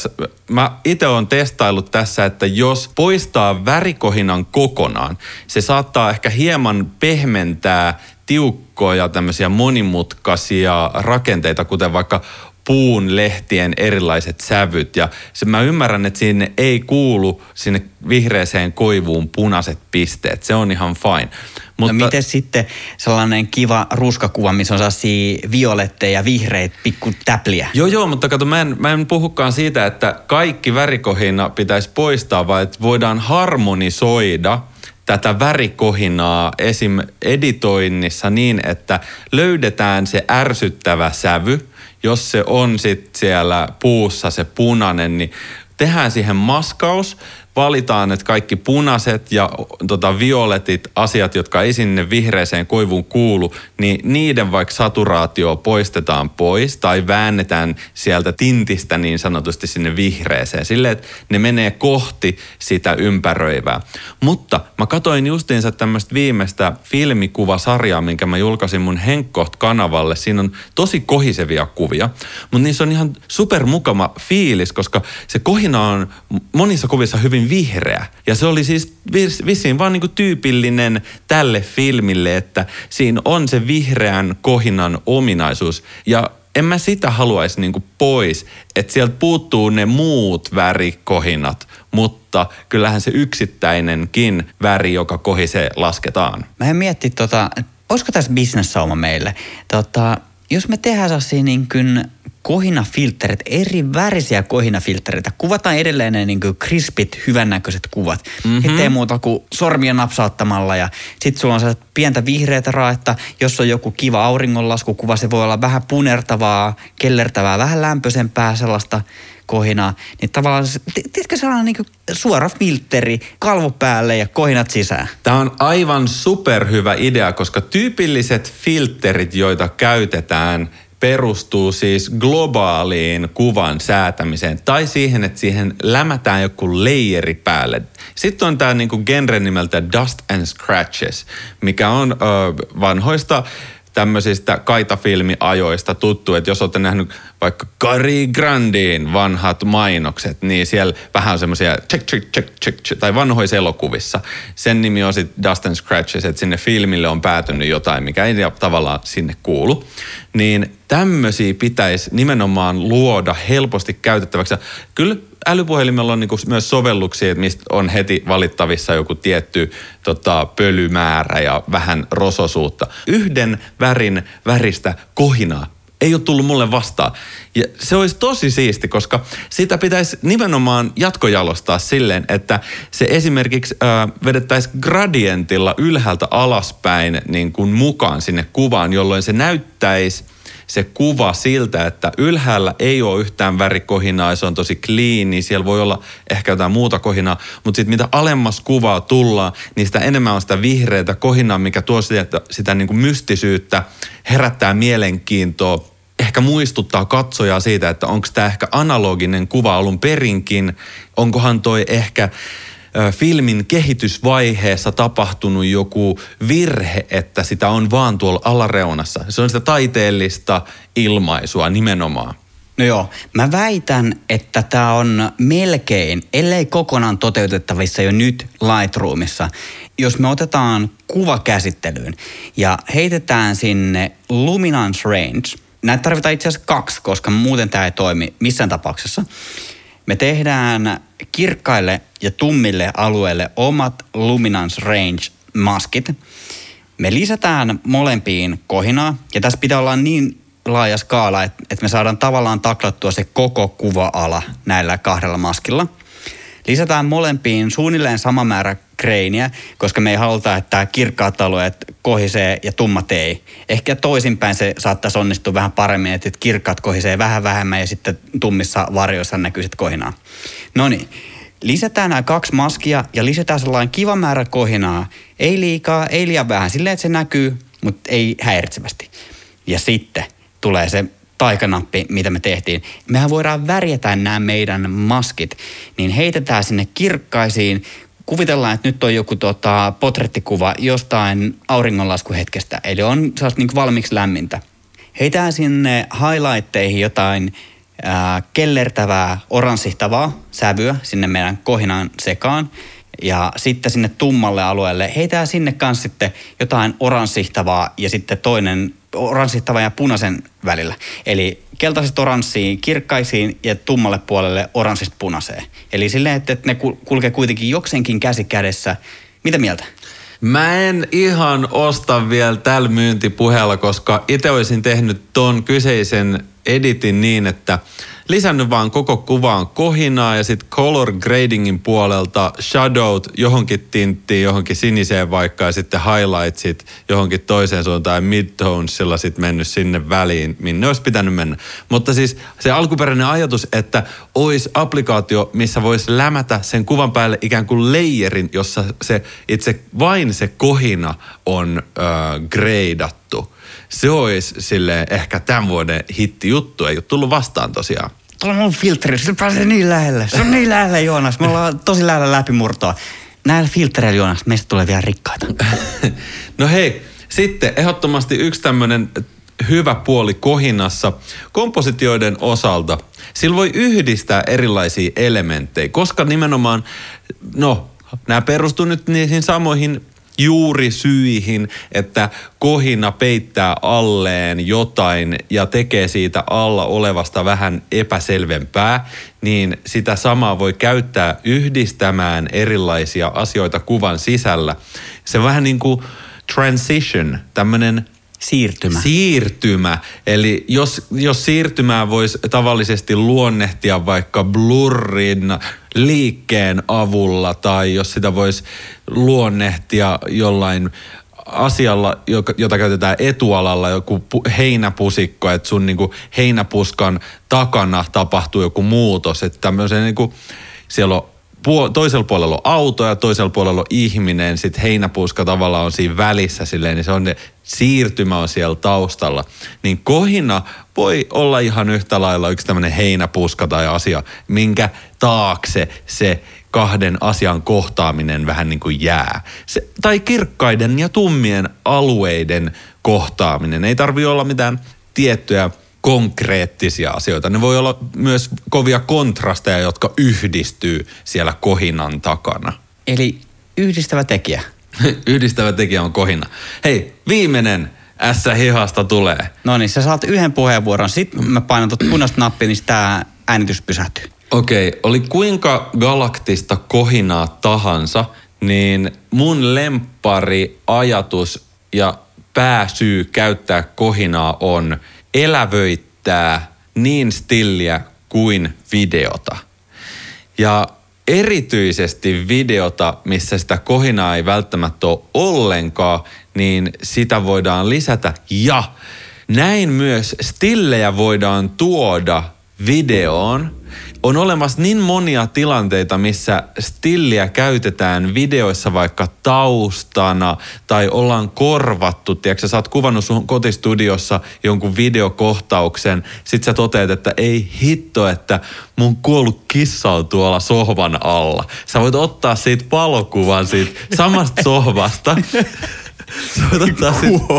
Mä itse olen testaillut tässä, että jos poistaa värikohinan kokonaan, se saattaa ehkä hieman pehmentää tiukkoja tämmöisiä monimutkaisia rakenteita, kuten vaikka puun lehtien erilaiset sävyt. Ja se, mä ymmärrän, että sinne ei kuulu sinne vihreäseen koivuun punaiset pisteet. Se on ihan fine. Mutta no miten sitten sellainen kiva ruskakuva, missä on sellaisia violetteja ja vihreitä pikku täpliä? Joo, joo, mutta kato, mä en, mä en puhukaan siitä, että kaikki värikohina pitäisi poistaa, vaan että voidaan harmonisoida tätä värikohinaa esim. Editoinnissa niin, että löydetään se ärsyttävä sävy. Jos se on sitten siellä puussa se punainen, niin tehdään siihen maskaus. Valitaan, että kaikki punaiset ja tota, violetit asiat, jotka ei sinne vihreäseen koivuun kuulu, niin niiden vaikka saturaatio poistetaan pois tai väännetään sieltä tintistä niin sanotusti sinne vihreäseen. Silleen, että ne menee kohti sitä ympäröivää. Mutta mä katsoin justiinsa tämmöistä viimeistä filmikuvasarjaa, minkä mä julkaisin mun Henkkoht-kanavalle. Siinä on tosi kohisevia kuvia, mutta niissä on ihan supermukava fiilis, koska se kohina on monissa kuvissa hyvin vihreä. Ja se oli siis vissiin vaan niinku tyypillinen tälle filmille, että siinä on se vihreän kohinan ominaisuus. Ja en mä sitä haluaisi niinku pois, että sieltä puuttuu ne muut värikohinat, mutta kyllähän se yksittäinenkin väri, joka kohisee, lasketaan. Mä en mietti tota, olisiko tässä business-sauma meille? Tota, jos me tehdään sellaisia niin kuin kohinafiltterit, eri värisiä kohinafilttereitä. Kuvataan edelleen ne niin kuin krispit, hyvännäköiset kuvat. Mm-hmm. Ettei muuta kuin sormia napsauttamalla ja sit sulla on sellaista pientä vihreätä raetta. Jos on joku kiva auringonlaskukuva, se voi olla vähän punertavaa, kellertävää, vähän lämpöisempää sellaista kohinaa. Niin tavallaan, tiedätkö sellainen niin kuin suora filtteri, kalvo päälle ja kohinat sisään? Tämä on aivan superhyvä idea, koska tyypilliset filterit, joita käytetään, perustuu siis globaaliin kuvan säätämiseen tai siihen, että siihen lämätään joku leijeri päälle. Sitten on tämä niinku genre nimeltä Dust and Scratches, mikä on ö, vanhoista tämmöisistä kaitafilmiajoista tuttu, että jos olette nähnyt vaikka Cari Grandin vanhat mainokset, niin siellä vähän on semmoisia check, check, check, check, check, tai vanhoissa elokuvissa. Sen nimi on sitten Dust and Scratches, että sinne filmille on päätynyt jotain, mikä ei tavallaan sinne kuulu. Niin tämmöisiä pitäisi nimenomaan luoda helposti käytettäväksi. Kyllä älypuhelimella on niinku myös sovelluksia, mistä on heti valittavissa joku tietty tota, pölymäärä ja vähän rososuutta. Yhden värin väristä kohinaa ei ole tullut mulle vastaan. Ja se olisi tosi siisti, koska sitä pitäisi nimenomaan jatkojalostaa silleen, että se esimerkiksi äh, vedettäisiin gradientilla ylhäältä alaspäin niin kuin mukaan sinne kuvaan, jolloin se näyttäisi se kuva siltä, että ylhäällä ei ole yhtään värikohinaa ja se on tosi clean, niin siellä voi olla ehkä jotain muuta kohinaa, mutta sitten mitä alemmas kuvaa tullaan, niin sitä enemmän on sitä vihreätä kohinaa, mikä tuo sitä, sitä niin kuin mystisyyttä, herättää mielenkiintoa, ehkä muistuttaa katsojaa siitä, että onko tämä ehkä analoginen kuva alun perinkin, onkohan toi ehkä filmin kehitysvaiheessa tapahtunut joku virhe, että sitä on vaan tuolla alareunassa. Se on sitä taiteellista ilmaisua nimenomaan. No joo, mä väitän, että tämä on melkein, ellei kokonaan toteutettavissa jo nyt Lightroomissa. Jos me otetaan kuva käsittelyyn ja heitetään sinne Luminance Range, näitä tarvitaan itse asiassa kaksi, koska muuten tämä ei toimi missään tapauksessa. Me tehdään kirkkaille ja tummille alueille omat Luminance Range-maskit. Me lisätään molempiin kohinaa, ja tässä pitää olla niin laaja skaala, että me saadaan tavallaan taklattua se koko kuva-ala näillä kahdella maskilla. Lisätään molempiin suunnilleen sama määrä kreiniä, koska me ei haluta, että kirkkaat alueet kohisee ja tummat ei. Ehkä toisinpäin se saattaisi onnistua vähän paremmin, että kirkkaat kohisee vähän vähemmän ja sitten tummissa varjoissa näkyy sitten kohinaa. No niin, lisätään nämä kaksi maskia ja lisätään sellainen kiva määrä kohinaa. Ei liikaa, ei liian vähän, silleen, että se näkyy, mutta ei häiritsevästi. Ja sitten tulee se taikanappi, mitä me tehtiin. Mehän voidaan värjätä nämä meidän maskit, niin heitetään sinne kirkkaisiin. Kuvitellaan, että nyt on joku tota, potrettikuva jostain auringonlaskuhetkestä, eli on sellaista niin valmiiksi lämmintä. Heitetään sinne highlightteihin jotain ää, kellertävää, oranssihtavaa sävyä sinne meidän kohinan sekaan. Ja sitten sinne tummalle alueelle heitetään sinne kanssa sitten jotain oranssihtavaa ja sitten toinen oranssihtava ja punaisen välillä. Eli keltaisesta oranssiin kirkkaisiin ja tummalle puolelle oranssista punaiseen. Eli silleen, että ne kulkee kuitenkin jokseenkin käsi kädessä. Mitä mieltä? Mä en ihan osta vielä tällä myyntipuheella, koska itse olisin tehnyt ton kyseisen editin niin, että lisännyt vaan koko kuvaan kohinaa ja sitten color gradingin puolelta shadowt johonkin tinttiin, johonkin siniseen vaikka ja sitten highlightsit johonkin toiseen suuntaan ja midtonesilla sitten mennyt sinne väliin, minne olisi pitänyt mennä. Mutta siis se alkuperäinen ajatus, että olisi applikaatio, missä voisi lämätä sen kuvan päälle ikään kuin layerin, jossa se itse vain se kohina on äh, gradattu. Se olisi silleen ehkä tämän vuoden hittijuttu, ei ole tullut vastaan tosiaan. Tuolla on mun filtteri, se pääsee niin lähelle. Se on niin lähelle, Joonas. Me ollaan tosi lähellä läpimurtoa. Näillä filtreillä, Joonas, meistä tulee vielä rikkaita. No hei, sitten ehdottomasti yksi tämmöinen hyvä puoli kohinassa kompositioiden osalta. Sillä voi yhdistää erilaisia elementtejä, koska nimenomaan, no, nämä perustuu nyt niihin samoihin juurisyihin, että kohina peittää alleen jotain ja tekee siitä alla olevasta vähän epäselvempää, niin sitä samaa voi käyttää yhdistämään erilaisia asioita kuvan sisällä. Se on vähän niin kuin transition, tämmöinen Siirtymä. Siirtymä. Eli jos, jos siirtymää voisi tavallisesti luonnehtia vaikka blurrin liikkeen avulla tai jos sitä voisi luonnehtia jollain asialla, jota käytetään etualalla, joku heinäpusikko, että sun niinku heinäpuskan takana tapahtuu joku muutos. Että tämmöisen niinku, siellä on toisella puolella on auto ja toisella puolella on ihminen, sitten heinäpuska tavallaan on siinä välissä silleen, niin se on ne, siirtymä on siellä taustalla. Niin kohina voi olla ihan yhtä lailla yksi tämmöinen heinäpuska tai asia, minkä taakse se kahden asian kohtaaminen vähän niin kuin jää. Se, tai kirkkaiden ja tummien alueiden kohtaaminen. Ei tarvitse olla mitään tiettyjä konkreettisia asioita. Ne voi olla myös kovia kontrasteja, jotka yhdistyy siellä kohinan takana. Eli yhdistävä tekijä. Yhdistävä tekijä on kohina. Hei, viimeinen ässä hihasta tulee. No niin, sä saat yhden puheenvuoron. Sitten mä painan tuota punaista nappia, niin tämä äänitys pysähtyy. Okei, okay, oli kuinka galaktista kohinaa tahansa, niin mun lemppari ajatus ja pääsyy käyttää kohinaa on elävöittää niin stilliä kuin videota. Ja erityisesti videota, missä sitä kohinaa ei välttämättä ole ollenkaan, niin sitä voidaan lisätä. Ja näin myös stillejä voidaan tuoda videoon. On olemassa niin monia tilanteita, missä stilliä käytetään videoissa vaikka taustana tai ollaan korvattu. Tiedätkö, sä oot kuvannut sun kotistudiossa jonkun videokohtauksen, sit sä toteat, että ei hitto, että mun kuollut kissa on tuolla sohvan alla. Sä voit ottaa siitä valokuvan siitä samasta sohvasta. Sä voit ottaa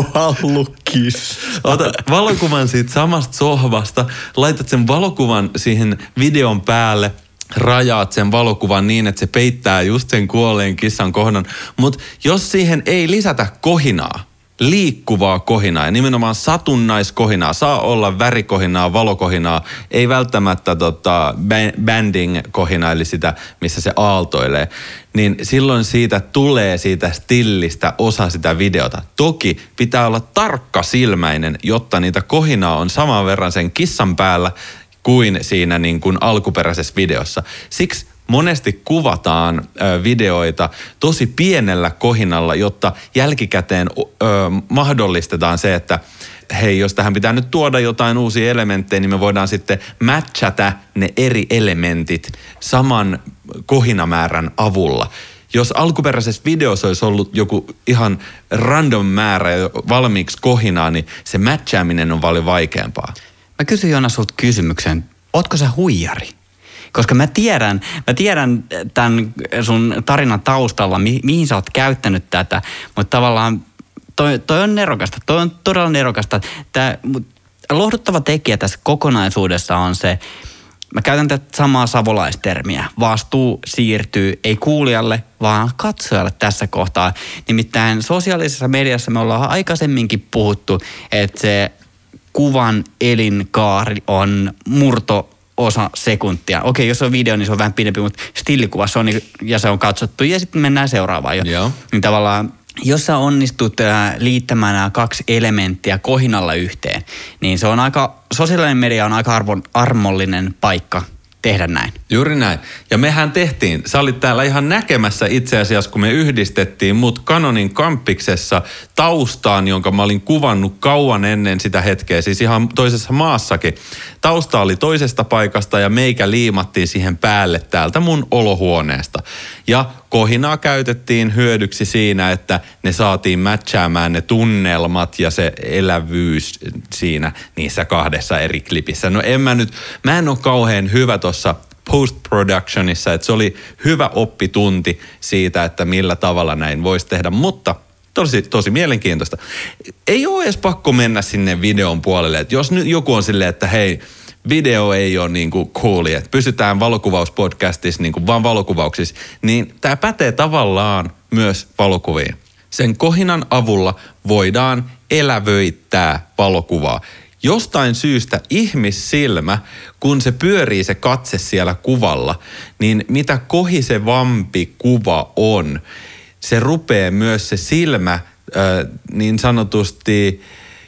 Kuollukissa. Ota valokuvan siitä samasta sohvasta, laitat sen valokuvan siihen videon päälle, rajaat sen valokuvan niin, että se peittää just sen kuolleen kissan kohdan. Mutta jos siihen ei lisätä kohinaa, liikkuvaa kohinaa ja nimenomaan satunnaiskohinaa, saa olla värikohinaa, valokohinaa, ei välttämättä tota banding-kohinaa, eli sitä, missä se aaltoilee, niin silloin siitä tulee siitä stillistä osa sitä videota. Toki pitää olla tarkkasilmäinen, jotta niitä kohinaa on saman verran sen kissan päällä kuin siinä niin kuin alkuperäisessä videossa. Siksi monesti kuvataan ö, videoita tosi pienellä kohinalla, jotta jälkikäteen ö, mahdollistetaan se, että hei, jos tähän pitää nyt tuoda jotain uusia elementtejä, niin me voidaan sitten matchata ne eri elementit saman kohinamäärän avulla. Jos alkuperäisessä videossa olisi ollut joku ihan random määrä valmiiksi kohinaa, niin se matchaaminen on paljon vaikeampaa. Mä kysyn Joona sulta kysymyksen. Ootko sä huijari? Koska mä tiedän, mä tiedän tämän sun tarinan taustalla, mi- mihin sä oot käyttänyt tätä, mutta tavallaan toi, toi on nerokasta, toi on todella nerokasta. Tää, lohduttava tekijä tässä kokonaisuudessa on se, mä käytän tätä samaa savolaistermiä. Vastuu siirtyy ei kuulijalle, vaan katsojalle tässä kohtaa. Nimittäin sosiaalisessa mediassa me ollaan aikaisemminkin puhuttu, että se kuvan elinkaari on murto osa sekuntia. Okei, jos on video, niin se on vähän pidempi, mutta stillikuva se on ja se on katsottu ja sitten mennään seuraavaan jo. Joo. Niin tavallaan, jos sä onnistut liittämään nämä kaksi elementtiä kohinalla yhteen, niin se on aika, sosiaalinen media on aika arvon, armollinen paikka tehdä näin. Juuri näin. Ja mehän tehtiin, sä olit täällä ihan näkemässä itse asiassa, kun me yhdistettiin mut Canonin kampiksessa taustaan, jonka mä olin kuvannut kauan ennen sitä hetkeä, siis ihan toisessa maassakin. Tausta oli toisesta paikasta ja meikä liimattiin siihen päälle täältä mun olohuoneesta. Ja kohinaa käytettiin hyödyksi siinä, että ne saatiin matchaamaan ne tunnelmat ja se elävyys siinä niissä kahdessa eri klipissä. No en mä nyt, mä en ole kauhean hyvä tuossa post-productionissa, että se oli hyvä oppitunti siitä, että millä tavalla näin voisi tehdä, mutta tosi, tosi mielenkiintoista. Ei ole edes pakko mennä sinne videon puolelle, että jos nyt joku on silleen, että hei, video ei ole niin kuin cooli, että pysytään valokuvauspodcastissa niin kuin vaan valokuvauksissa, niin tämä pätee tavallaan myös valokuviin. Sen kohinan avulla voidaan elävöittää valokuvaa. Jostain syystä ihmissilmä, kun se pyörii se katse siellä kuvalla, niin mitä kohisevampi kuva on, se rupeaa myös se silmä äh, niin sanotusti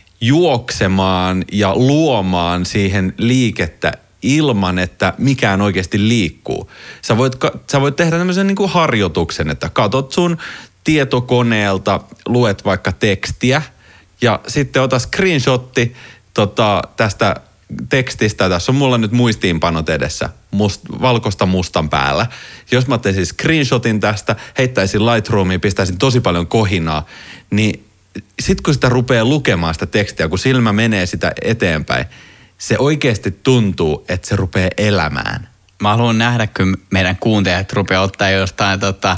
juoksemaan ja luomaan siihen liikettä ilman, että mikään oikeasti liikkuu. Sä voit, sä voit tehdä tämmöisen niin kuin harjoituksen, että katot sun tietokoneelta, luet vaikka tekstiä ja sitten ota screenshotti tota, tästä tekstistä. Tässä on mulla nyt muistiinpanot edessä, must, valkoista mustan päällä. Jos mä ottaisin screenshotin tästä, heittäisin Lightroomiin, pistäisin tosi paljon kohinaa, niin sitten kun sitä rupeaa lukemaan sitä tekstiä, kun silmä menee sitä eteenpäin, se oikeasti tuntuu, että se rupeaa elämään. Mä haluan nähdä, kun meidän kuuntelijat rupeaa ottaa jostain tota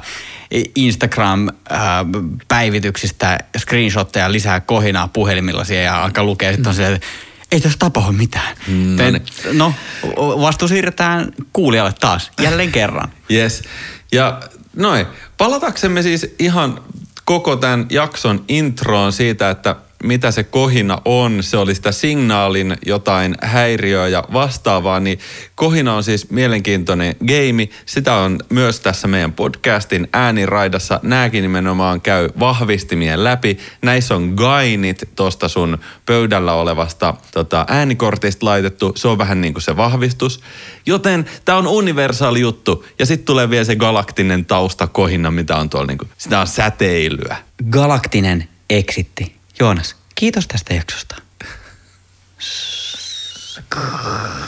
Instagram-päivityksistä screenshotteja lisää kohinaa puhelimilla siihen ja alkaa lukea. Sitten on se, että ei tässä tapahdu mitään. Mm. Ten, no, vastuu siirretään kuulijalle taas, jälleen kerran. Yes. Ja noin, palataksemme siis ihan koko tämän jakson introon siitä, että mitä se kohina on. Se oli sitä signaalin jotain häiriöä ja vastaavaa, niin kohina on siis mielenkiintoinen game. Sitä on myös tässä meidän podcastin ääniraidassa. Nääkin nimenomaan käy vahvistimien läpi. Näissä on gainit tuosta sun pöydällä olevasta tota, äänikortista laitettu. Se on vähän niin kuin se vahvistus. Joten tää on universaali juttu. Ja sitten tulee vielä se galaktinen taustakohina, mitä on tuolla niin kuin, sitä on säteilyä. Galaktinen exitti. Joonas, kiitos tästä jaksosta.